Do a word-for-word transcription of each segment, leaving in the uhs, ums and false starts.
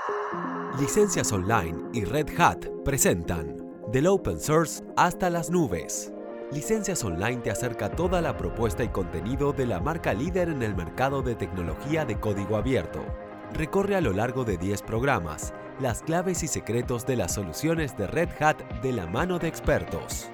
Licencias Online y Red Hat presentan Del Open Source hasta las nubes. Licencias Online te acerca toda la propuesta y contenido de la marca líder en el mercado de tecnología de código abierto. Recorre a lo largo de diez programas las claves y secretos de las soluciones de Red Hat de la mano de expertos.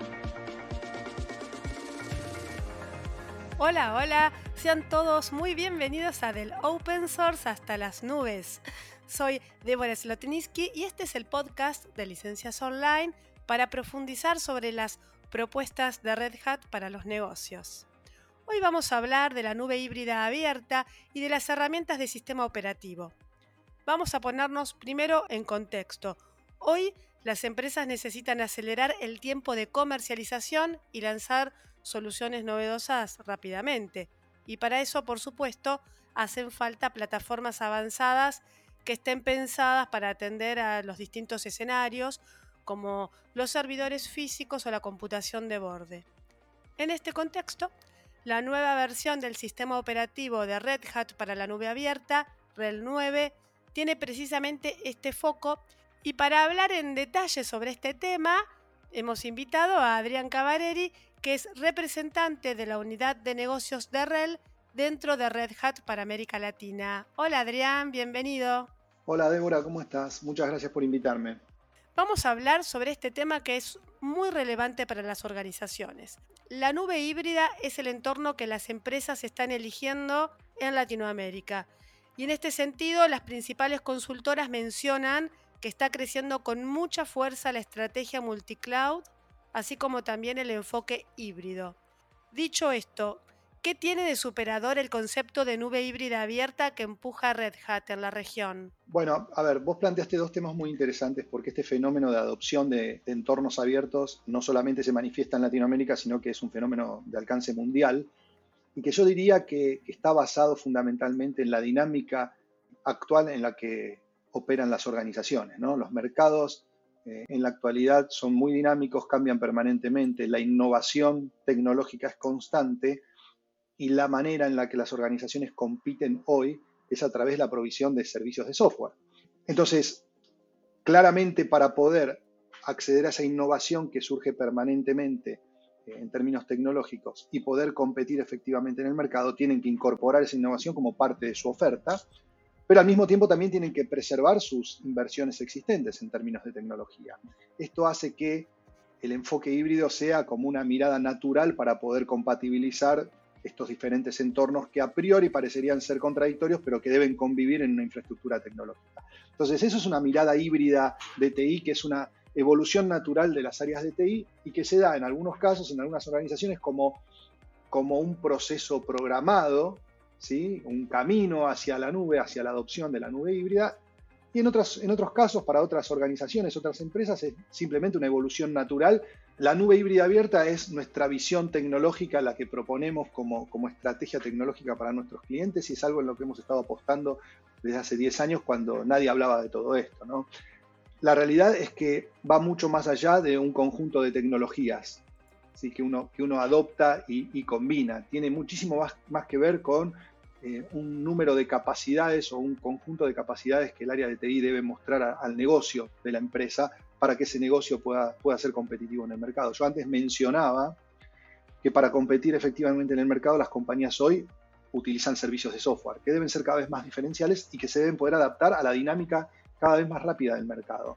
Hola, hola, sean todos muy bienvenidos a Del Open Source hasta las nubes. Soy Débora Slotniski y este es el podcast de Licencias Online para profundizar sobre las propuestas de Red Hat para los negocios. Hoy vamos a hablar de la nube híbrida abierta y de las herramientas de sistema operativo. Vamos a ponernos primero en contexto. Hoy las empresas necesitan acelerar el tiempo de comercialización y lanzar soluciones novedosas rápidamente. Y para eso, por supuesto, hacen falta plataformas avanzadas que estén pensadas para atender a los distintos escenarios, como los servidores físicos o la computación de borde. En este contexto, la nueva versión del sistema operativo de Red Hat para la nube abierta, RHEL nueve, tiene precisamente este foco, y para hablar en detalle sobre este tema, hemos invitado a Adrián Cavareri, que es representante de la unidad de negocios de RHEL dentro de Red Hat para América Latina. Hola Adrián, bienvenido. Hola Débora, ¿cómo estás? Muchas gracias por invitarme. Vamos a hablar sobre este tema que es muy relevante para las organizaciones. La nube híbrida es el entorno que las empresas están eligiendo en Latinoamérica. Y en este sentido, las principales consultoras mencionan que está creciendo con mucha fuerza la estrategia multicloud, así como también el enfoque híbrido. Dicho esto, ¿qué tiene de superador el concepto de nube híbrida abierta que empuja Red Hat en la región? Bueno, a ver, vos planteaste dos temas muy interesantes porque este fenómeno de adopción de, de entornos abiertos no solamente se manifiesta en Latinoamérica, sino que es un fenómeno de alcance mundial y que yo diría que, que está basado fundamentalmente en la dinámica actual en la que operan las organizaciones, ¿no? Los mercados eh, en la actualidad son muy dinámicos, cambian permanentemente, la innovación tecnológica es constante y la manera en la que las organizaciones compiten hoy es a través de la provisión de servicios de software. Entonces, claramente para poder acceder a esa innovación que surge permanentemente eh, en términos tecnológicos y poder competir efectivamente en el mercado, tienen que incorporar esa innovación como parte de su oferta, pero al mismo tiempo también tienen que preservar sus inversiones existentes en términos de tecnología. Esto hace que el enfoque híbrido sea como una mirada natural para poder compatibilizar estos diferentes entornos que a priori parecerían ser contradictorios, pero que deben convivir en una infraestructura tecnológica. Entonces, eso es una mirada híbrida de T I, que es una evolución natural de las áreas de T I y que se da en algunos casos, en algunas organizaciones, como, como un proceso programado, ¿sí? Un camino hacia la nube, hacia la adopción de la nube híbrida. Y en otros, en otros casos, para otras organizaciones, otras empresas, es simplemente una evolución natural. La nube híbrida abierta es nuestra visión tecnológica, la que proponemos como, como estrategia tecnológica para nuestros clientes, y es algo en lo que hemos estado apostando desde hace diez años cuando nadie hablaba de todo esto, ¿no? La realidad es que va mucho más allá de un conjunto de tecnologías, ¿sí? que, uno, que uno adopta y, y combina. Tiene muchísimo más, más que ver con Eh, un número de capacidades o un conjunto de capacidades que el área de T I debe mostrar a, al negocio de la empresa para que ese negocio pueda, pueda ser competitivo en el mercado. Yo antes mencionaba que para competir efectivamente en el mercado las compañías hoy utilizan servicios de software que deben ser cada vez más diferenciales y que se deben poder adaptar a la dinámica cada vez más rápida del mercado.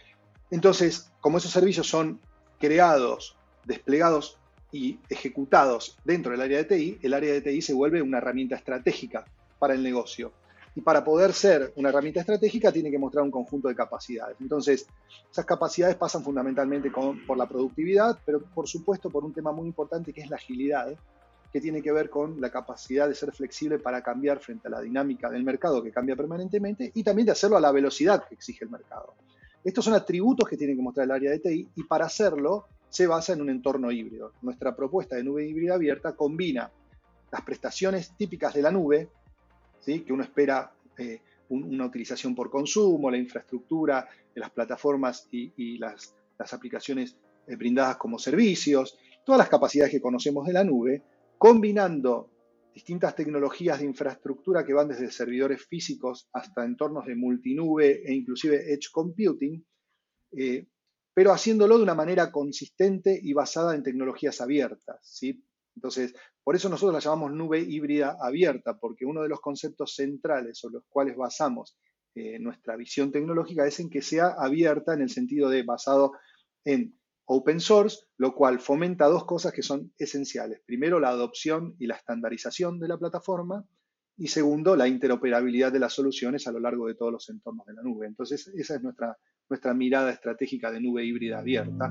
Entonces, como esos servicios son creados, desplegados y ejecutados dentro del área de T I, el área de T I se vuelve una herramienta estratégica para el negocio. Y para poder ser una herramienta estratégica tiene que mostrar un conjunto de capacidades. Entonces, esas capacidades pasan fundamentalmente con, por la productividad, pero por supuesto por un tema muy importante que es la agilidad, que tiene que ver con la capacidad de ser flexible para cambiar frente a la dinámica del mercado que cambia permanentemente y también de hacerlo a la velocidad que exige el mercado. Estos son atributos que tiene que mostrar el área de T I y para hacerlo se basa en un entorno híbrido. Nuestra propuesta de nube híbrida abierta combina las prestaciones típicas de la nube, ¿sí? que uno espera eh, un, una utilización por consumo, la infraestructura de las plataformas y, y las, las aplicaciones eh, brindadas como servicios, todas las capacidades que conocemos de la nube, combinando distintas tecnologías de infraestructura que van desde servidores físicos hasta entornos de multinube e inclusive edge computing, eh, pero haciéndolo de una manera consistente y basada en tecnologías abiertas, ¿sí? Entonces, por eso nosotros la llamamos nube híbrida abierta, porque uno de los conceptos centrales sobre los cuales basamos eh, nuestra visión tecnológica es en que sea abierta en el sentido de basado en open source, lo cual fomenta dos cosas que son esenciales. Primero, la adopción y la estandarización de la plataforma, y segundo, la interoperabilidad de las soluciones a lo largo de todos los entornos de la nube. Entonces, esa es nuestra, nuestra mirada estratégica de nube híbrida abierta.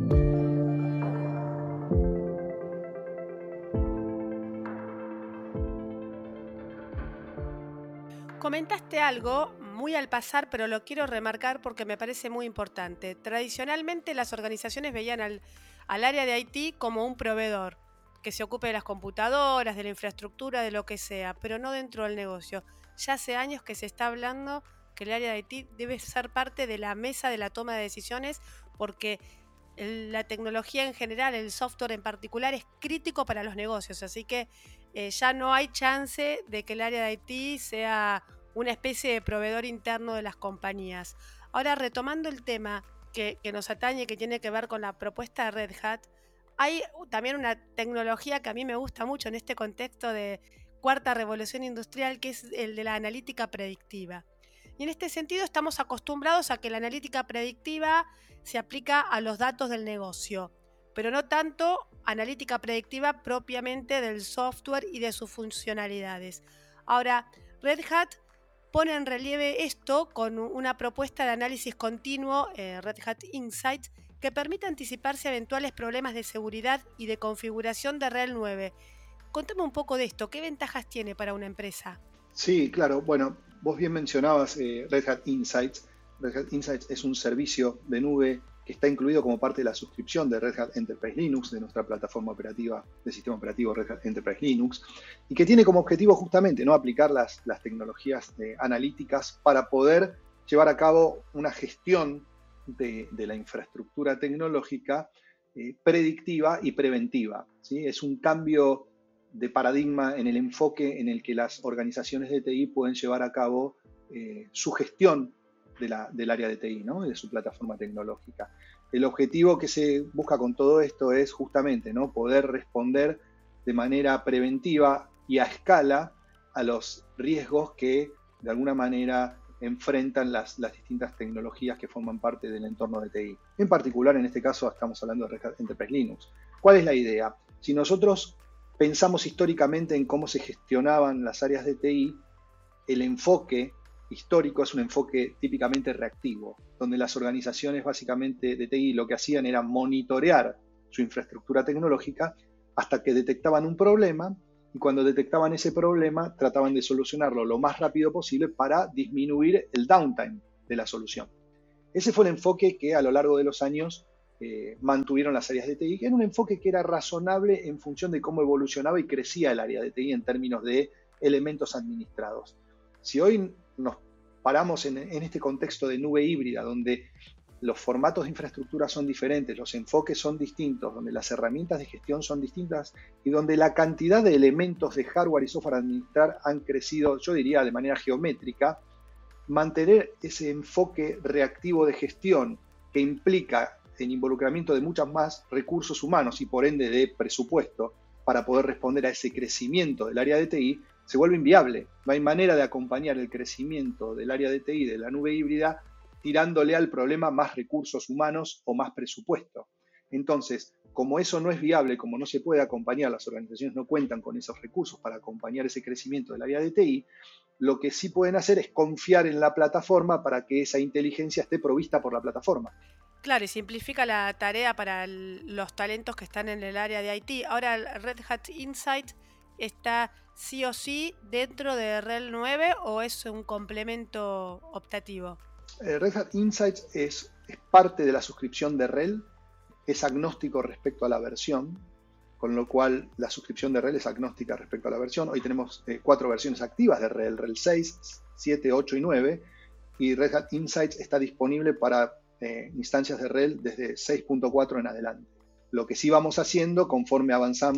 Comentaste algo muy al pasar, pero lo quiero remarcar porque me parece muy importante. Tradicionalmente las organizaciones veían al, al área de I T como un proveedor que se ocupe de las computadoras, de la infraestructura, de lo que sea, pero no dentro del negocio. Ya hace años que se está hablando que el área de I T debe ser parte de la mesa de la toma de decisiones, porque el, la tecnología en general, el software en particular, es crítico para los negocios. Así que eh, ya no hay chance de que el área de I T sea una especie de proveedor interno de las compañías. Ahora, retomando el tema que, que nos atañe, que tiene que ver con la propuesta de Red Hat, hay también una tecnología que a mí me gusta mucho en este contexto de cuarta revolución industrial, que es el de la analítica predictiva. Y en este sentido estamos acostumbrados a que la analítica predictiva se aplica a los datos del negocio, pero no tanto analítica predictiva propiamente del software y de sus funcionalidades. Ahora, Red Hat pone en relieve esto con una propuesta de análisis continuo, eh, Red Hat Insights, que permite anticiparse a eventuales problemas de seguridad y de configuración de R H E L nueve. Contame un poco de esto, ¿qué ventajas tiene para una empresa? Sí, claro. Bueno, vos bien mencionabas eh, Red Hat Insights. Red Hat Insights es un servicio de nube que está incluido como parte de la suscripción de Red Hat Enterprise Linux, de nuestra plataforma operativa de sistema operativo Red Hat Enterprise Linux, y que tiene como objetivo justamente no aplicar las, las tecnologías eh, analíticas para poder llevar a cabo una gestión de, de la infraestructura tecnológica eh, predictiva y preventiva, ¿sí? Es un cambio de paradigma en el enfoque en el que las organizaciones de T I pueden llevar a cabo eh, su gestión de la, del área de T I, ¿no? De su plataforma tecnológica. El objetivo que se busca con todo esto es justamente, ¿no?, poder responder de manera preventiva y a escala a los riesgos que de alguna manera enfrentan las, las distintas tecnologías que forman parte del entorno de T I. En particular, en este caso, estamos hablando de Red Hat Enterprise Linux. ¿Cuál es la idea? Si nosotros pensamos históricamente en cómo se gestionaban las áreas de T I, el enfoque histórico es un enfoque típicamente reactivo, donde las organizaciones básicamente de T I lo que hacían era monitorear su infraestructura tecnológica hasta que detectaban un problema, y cuando detectaban ese problema trataban de solucionarlo lo más rápido posible para disminuir el downtime de la solución. Ese fue el enfoque que a lo largo de los años eh, mantuvieron las áreas de T I, que era un enfoque que era razonable en función de cómo evolucionaba y crecía el área de T I en términos de elementos administrados. Si hoy nos paramos en, en este contexto de nube híbrida, donde los formatos de infraestructura son diferentes, los enfoques son distintos, donde las herramientas de gestión son distintas y donde la cantidad de elementos de hardware y software a administrar han crecido, yo diría, de manera geométrica, mantener ese enfoque reactivo de gestión que implica el involucramiento de muchos más recursos humanos y por ende de presupuesto para poder responder a ese crecimiento del área de T I, se vuelve inviable. No hay manera de acompañar el crecimiento del área de T I, de la nube híbrida, tirándole al problema más recursos humanos o más presupuesto. Entonces, como eso no es viable, como no se puede acompañar, las organizaciones no cuentan con esos recursos para acompañar ese crecimiento del área de T I, lo que sí pueden hacer es confiar en la plataforma para que esa inteligencia esté provista por la plataforma. Claro, y simplifica la tarea para el, los talentos que están en el área de I T. Ahora, el Red Hat Insight está sí o sí dentro de R H E L nueve o es un complemento optativo. Eh, Red Hat Insights es, es parte de la suscripción de R H E L, es agnóstico respecto a la versión, con lo cual la suscripción de R H E L es agnóstica respecto a la versión. Hoy tenemos eh, cuatro versiones activas de R H E L, R H E L seis, siete, ocho y nueve, y Red Hat Insights está disponible para eh, instancias de R H E L desde seis punto cuatro en adelante. Lo que sí vamos haciendo conforme avanzamos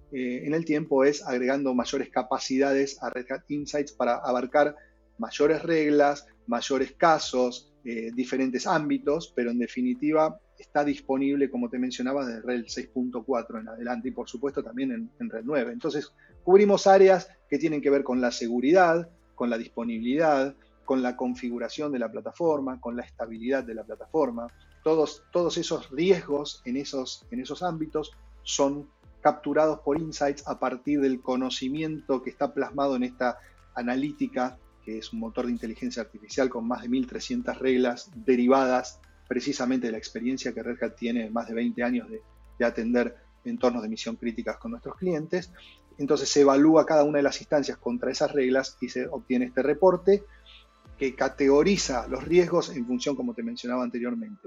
eh, en el tiempo es agregando mayores capacidades a Red Hat Insights para abarcar mayores reglas, mayores casos, eh, diferentes ámbitos, pero en definitiva está disponible, como te mencionaba, de RHEL seis punto cuatro en adelante y por supuesto también en, en RHEL nueve. Entonces cubrimos áreas que tienen que ver con la seguridad, con la disponibilidad, con la configuración de la plataforma, con la estabilidad de la plataforma. Todos, todos esos riesgos en esos, en esos ámbitos son capturados por Insights a partir del conocimiento que está plasmado en esta analítica, que es un motor de inteligencia artificial con más de mil trescientas reglas derivadas precisamente de la experiencia que Red Hat tiene más de veinte años de, de atender entornos de misión críticas con nuestros clientes. Entonces se evalúa cada una de las instancias contra esas reglas y se obtiene este reporte que categoriza los riesgos en función, como te mencionaba anteriormente.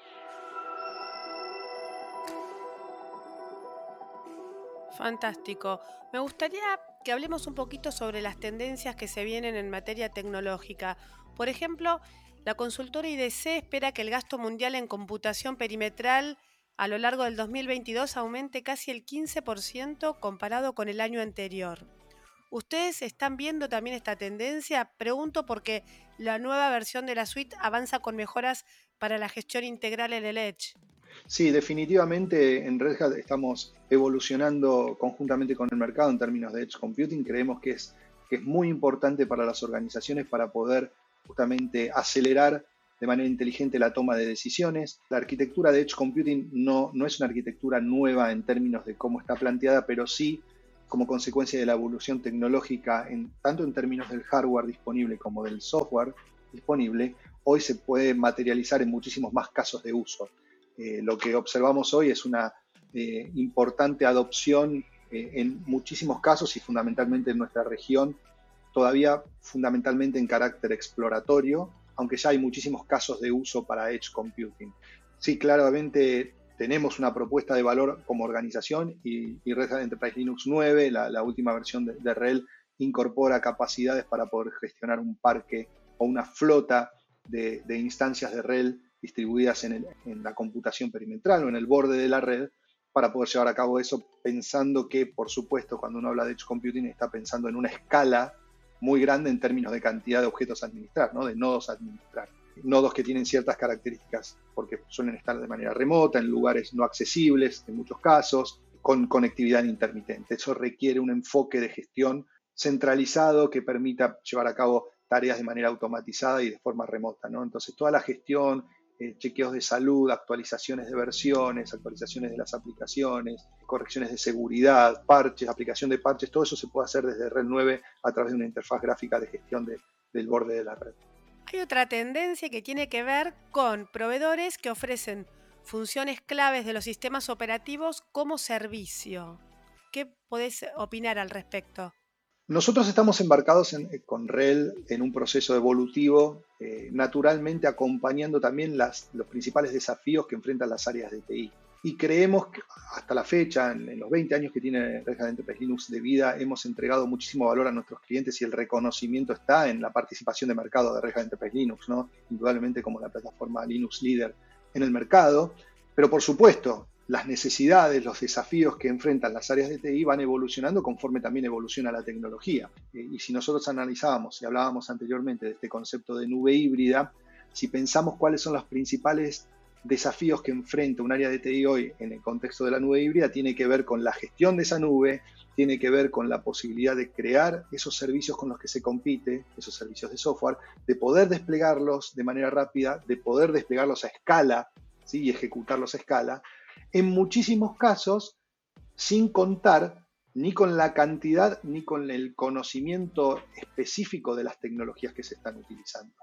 Fantástico. Me gustaría que hablemos un poquito sobre las tendencias que se vienen en materia tecnológica. Por ejemplo, la consultora I D C espera que el gasto mundial en computación perimetral a lo largo del dos mil veintidós aumente casi el quince por ciento comparado con el año anterior. ¿Ustedes están viendo también esta tendencia? Pregunto porque la nueva versión de la suite avanza con mejoras para la gestión integral en el Edge. Sí, definitivamente en Red Hat estamos evolucionando conjuntamente con el mercado en términos de Edge Computing. Creemos que es, que es muy importante para las organizaciones para poder justamente acelerar de manera inteligente la toma de decisiones. La arquitectura de Edge Computing no, no es una arquitectura nueva en términos de cómo está planteada, pero sí como consecuencia de la evolución tecnológica, en, tanto en términos del hardware disponible como del software disponible, hoy se puede materializar en muchísimos más casos de uso. Eh, lo que observamos hoy es una eh, importante adopción eh, en muchísimos casos y fundamentalmente en nuestra región, todavía fundamentalmente en carácter exploratorio, aunque ya hay muchísimos casos de uso para Edge Computing. Sí, claramente tenemos una propuesta de valor como organización y, y Red Hat Enterprise Linux nueve, la, la última versión de, de RHEL, incorpora capacidades para poder gestionar un parque o una flota de, de instancias de RHEL distribuidas en, el, en la computación perimetral o en el borde de la red, para poder llevar a cabo eso, pensando que, por supuesto, cuando uno habla de Edge Computing, está pensando en una escala muy grande en términos de cantidad de objetos a administrar, ¿no? De nodos a administrar. Nodos que tienen ciertas características, porque suelen estar de manera remota, en lugares no accesibles, en muchos casos, con conectividad intermitente. Eso requiere un enfoque de gestión centralizado que permita llevar a cabo tareas de manera automatizada y de forma remota, ¿no? Entonces, toda la gestión, Eh, chequeos de salud, actualizaciones de versiones, actualizaciones de las aplicaciones, correcciones de seguridad, parches, aplicación de parches, todo eso se puede hacer desde RHEL nueve a través de una interfaz gráfica de gestión de, del borde de la red. Hay otra tendencia que tiene que ver con proveedores que ofrecen funciones claves de los sistemas operativos como servicio. ¿Qué podés opinar al respecto? Nosotros estamos embarcados en, con RHEL en un proceso evolutivo, eh, naturalmente acompañando también las, los principales desafíos que enfrentan las áreas de T I. Y creemos que hasta la fecha, en, en los veinte años que tiene Red Hat Enterprise Linux de vida, hemos entregado muchísimo valor a nuestros clientes y el reconocimiento está en la participación de mercado de Red Hat Enterprise Linux, ¿no? Indudablemente como la plataforma Linux líder en el mercado. Pero por supuesto, las necesidades, los desafíos que enfrentan las áreas de T I van evolucionando conforme también evoluciona la tecnología. Y si nosotros analizábamos y hablábamos anteriormente de este concepto de nube híbrida, si pensamos cuáles son los principales desafíos que enfrenta un área de T I hoy en el contexto de la nube híbrida, tiene que ver con la gestión de esa nube, tiene que ver con la posibilidad de crear esos servicios con los que se compite, esos servicios de software, de poder desplegarlos de manera rápida, de poder desplegarlos a escala, ¿sí? Y ejecutarlos a escala, en muchísimos casos sin contar ni con la cantidad ni con el conocimiento específico de las tecnologías que se están utilizando.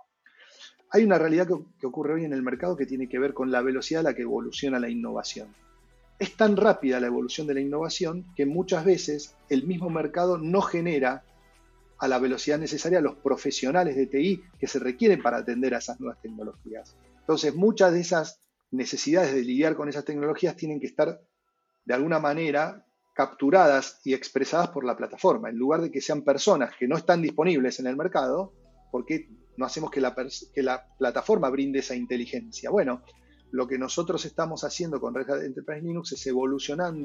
Hay una realidad que, que ocurre hoy en el mercado que tiene que ver con la velocidad a la que evoluciona la innovación. Es tan rápida la evolución de la innovación que muchas veces el mismo mercado no genera a la velocidad necesaria a los profesionales de T I que se requieren para atender a esas nuevas tecnologías. Entonces, muchas de esas necesidades de lidiar con esas tecnologías tienen que estar de alguna manera capturadas y expresadas por la plataforma, en lugar de que sean personas que no están disponibles en el mercado. ¿Por qué no hacemos que la, que la plataforma brinde esa inteligencia? Bueno, lo que nosotros estamos haciendo con Red Hat Enterprise Linux es evolucionando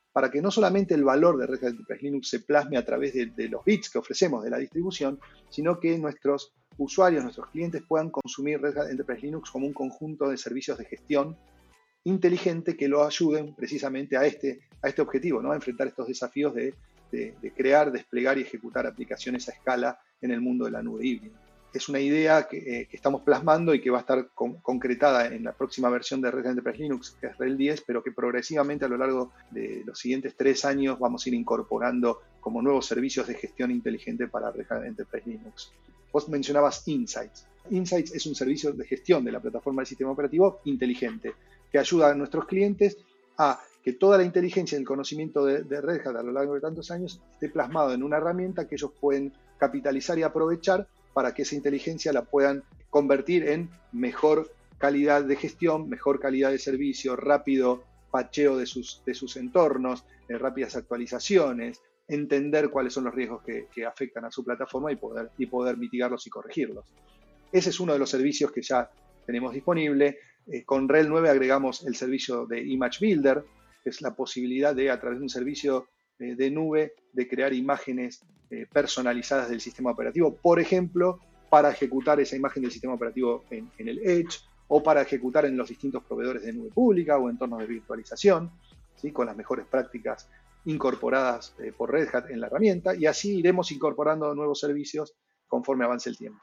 para que no solamente el valor de Red Hat Enterprise Linux se plasme a través de, de los bits que ofrecemos de la distribución, sino que nuestros usuarios, nuestros clientes puedan consumir Red Hat Enterprise Linux como un conjunto de servicios de gestión inteligente que lo ayuden precisamente a este, a este objetivo, ¿no? A enfrentar estos desafíos de, de, de crear, desplegar y ejecutar aplicaciones a escala en el mundo de la nube híbrida. Es una idea que, eh, que estamos plasmando y que va a estar con, concretada en la próxima versión de Red Hat Enterprise Linux, que es RHEL diez, pero que progresivamente a lo largo de los siguientes tres años vamos a ir incorporando como nuevos servicios de gestión inteligente para Red Hat Enterprise Linux. Vos mencionabas Insights. Insights es un servicio de gestión de la plataforma del sistema operativo inteligente, que ayuda a nuestros clientes a que toda la inteligencia y el conocimiento de, de Red Hat a lo largo de tantos años esté plasmado en una herramienta que ellos pueden capitalizar y aprovechar para que esa inteligencia la puedan convertir en mejor calidad de gestión, mejor calidad de servicio, rápido patcheo de sus, de sus entornos, eh, rápidas actualizaciones, entender cuáles son los riesgos que, que afectan a su plataforma y poder, y poder mitigarlos y corregirlos. Ese es uno de los servicios que ya tenemos disponible. Eh, con RHEL nueve agregamos el servicio de Image Builder, que es la posibilidad de, a través de un servicio eh, de nube, de crear imágenes eh, personalizadas del sistema operativo, por ejemplo, para ejecutar esa imagen del sistema operativo en, en el Edge, o para ejecutar en los distintos proveedores de nube pública o entornos de virtualización, ¿sí? Con las mejores prácticas incorporadas eh, por Red Hat en la herramienta, y así iremos incorporando nuevos servicios conforme avance el tiempo.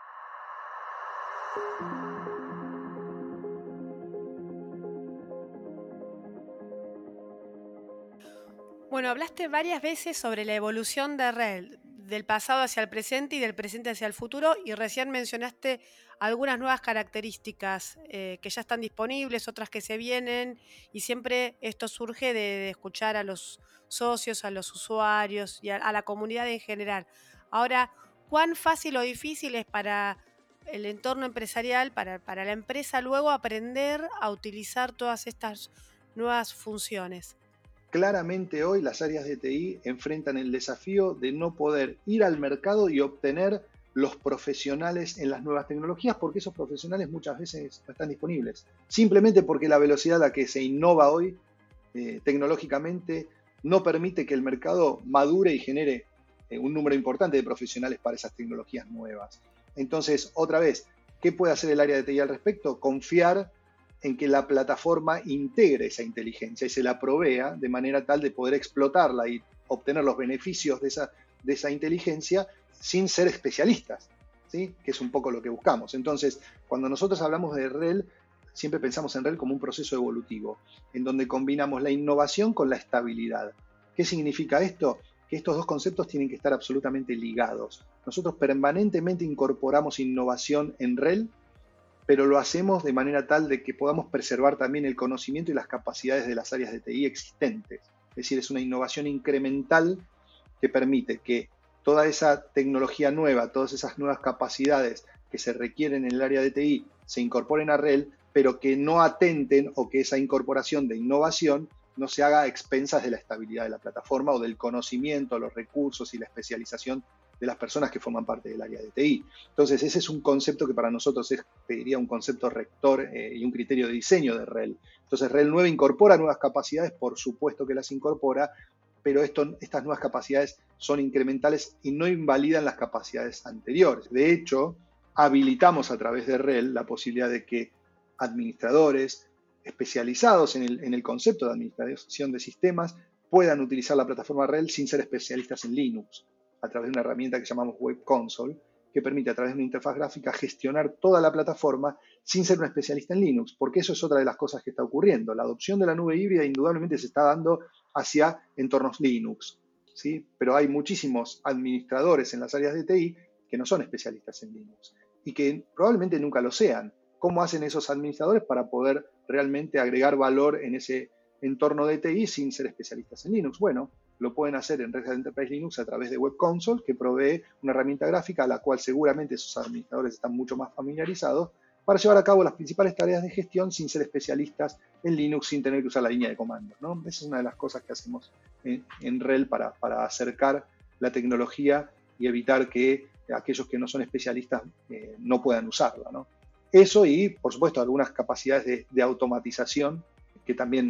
Bueno, hablaste varias veces sobre la evolución de RHEL, del pasado hacia el presente y del presente hacia el futuro, y recién mencionaste algunas nuevas características eh, que ya están disponibles, otras que se vienen, y siempre esto surge de, de escuchar a los socios, a los usuarios y a, a la comunidad en general. Ahora, ¿cuán fácil o difícil es para el entorno empresarial, para, para la empresa luego aprender a utilizar todas estas nuevas funciones? Claramente hoy las áreas de T I enfrentan el desafío de no poder ir al mercado y obtener los profesionales en las nuevas tecnologías, porque esos profesionales muchas veces no están disponibles. Simplemente porque la velocidad a la que se innova hoy eh, tecnológicamente no permite que el mercado madure y genere eh, un número importante de profesionales para esas tecnologías nuevas. Entonces, otra vez, ¿qué puede hacer el área de T I al respecto? Confiar en que la plataforma integre esa inteligencia y se la provea de manera tal de poder explotarla y obtener los beneficios de esa, de esa inteligencia sin ser especialistas, ¿sí? Que es un poco lo que buscamos. Entonces, cuando nosotros hablamos de RHEL, siempre pensamos en RHEL como un proceso evolutivo, en donde combinamos la innovación con la estabilidad. ¿Qué significa esto? Que estos dos conceptos tienen que estar absolutamente ligados. Nosotros permanentemente incorporamos innovación en RHEL, pero lo hacemos de manera tal de que podamos preservar también el conocimiento y las capacidades de las áreas de T I existentes. Es decir, es una innovación incremental que permite que toda esa tecnología nueva, todas esas nuevas capacidades que se requieren en el área de T I se incorporen a RHEL, pero que no atenten o que esa incorporación de innovación no se haga a expensas de la estabilidad de la plataforma o del conocimiento, los recursos y la especialización de las personas que forman parte del área de T I. Entonces, ese es un concepto que para nosotros es, te diría, un concepto rector eh, y un criterio de diseño de RHEL. Entonces, RHEL nueve incorpora nuevas capacidades, por supuesto que las incorpora, pero esto, estas nuevas capacidades son incrementales y no invalidan las capacidades anteriores. De hecho, habilitamos a través de RHEL la posibilidad de que administradores especializados en el, en el concepto de administración de sistemas puedan utilizar la plataforma RHEL sin ser especialistas en Linux, a través de una herramienta que llamamos Web Console, que permite a través de una interfaz gráfica gestionar toda la plataforma sin ser un especialista en Linux, porque eso es otra de las cosas que está ocurriendo. La adopción de la nube híbrida indudablemente se está dando hacia entornos Linux, ¿sí? Pero hay muchísimos administradores en las áreas de T I que no son especialistas en Linux y que probablemente nunca lo sean. ¿Cómo hacen esos administradores para poder realmente agregar valor en ese entorno de T I sin ser especialistas en Linux? Bueno, lo pueden hacer en Red Hat Enterprise Linux a través de Web Console, que provee una herramienta gráfica a la cual seguramente esos administradores están mucho más familiarizados para llevar a cabo las principales tareas de gestión sin ser especialistas en Linux, sin tener que usar la línea de comandos, ¿no? Esa es una de las cosas que hacemos en, en RHEL para, para acercar la tecnología y evitar que aquellos que no son especialistas eh, no puedan usarla, ¿no? Eso y, por supuesto, algunas capacidades de, de automatización que también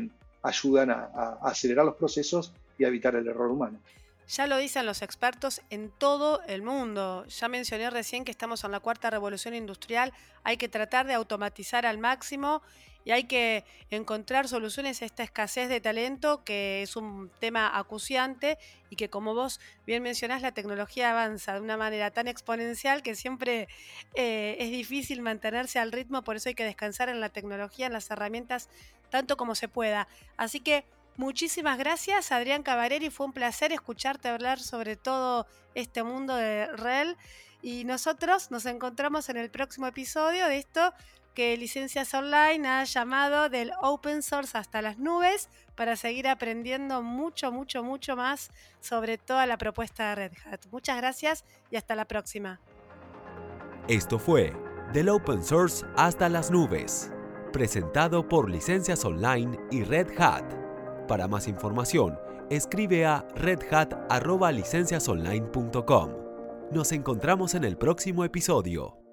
ayudan a, a acelerar los procesos y a evitar el error humano. Ya lo dicen los expertos en todo el mundo. Ya mencioné recién que estamos en la cuarta revolución industrial. Hay que tratar de automatizar al máximo y hay que encontrar soluciones a esta escasez de talento, que es un tema acuciante y que, como vos bien mencionás, la tecnología avanza de una manera tan exponencial que siempre eh, es difícil mantenerse al ritmo. Por eso hay que descansar en la tecnología, en las herramientas, tanto como se pueda. Así que muchísimas gracias, Adrián Cabareri. Fue un placer escucharte hablar sobre todo este mundo de R E L. Y nosotros nos encontramos en el próximo episodio de esto que Licencias Online ha llamado del Open Source hasta las nubes, para seguir aprendiendo mucho, mucho, mucho más sobre toda la propuesta de Red Hat. Muchas gracias y hasta la próxima. Esto fue Del Open Source hasta las nubes, presentado por Licencias Online y Red Hat. Para más información, escribe a redhat arroba licenciasonline punto com. Nos encontramos en el próximo episodio.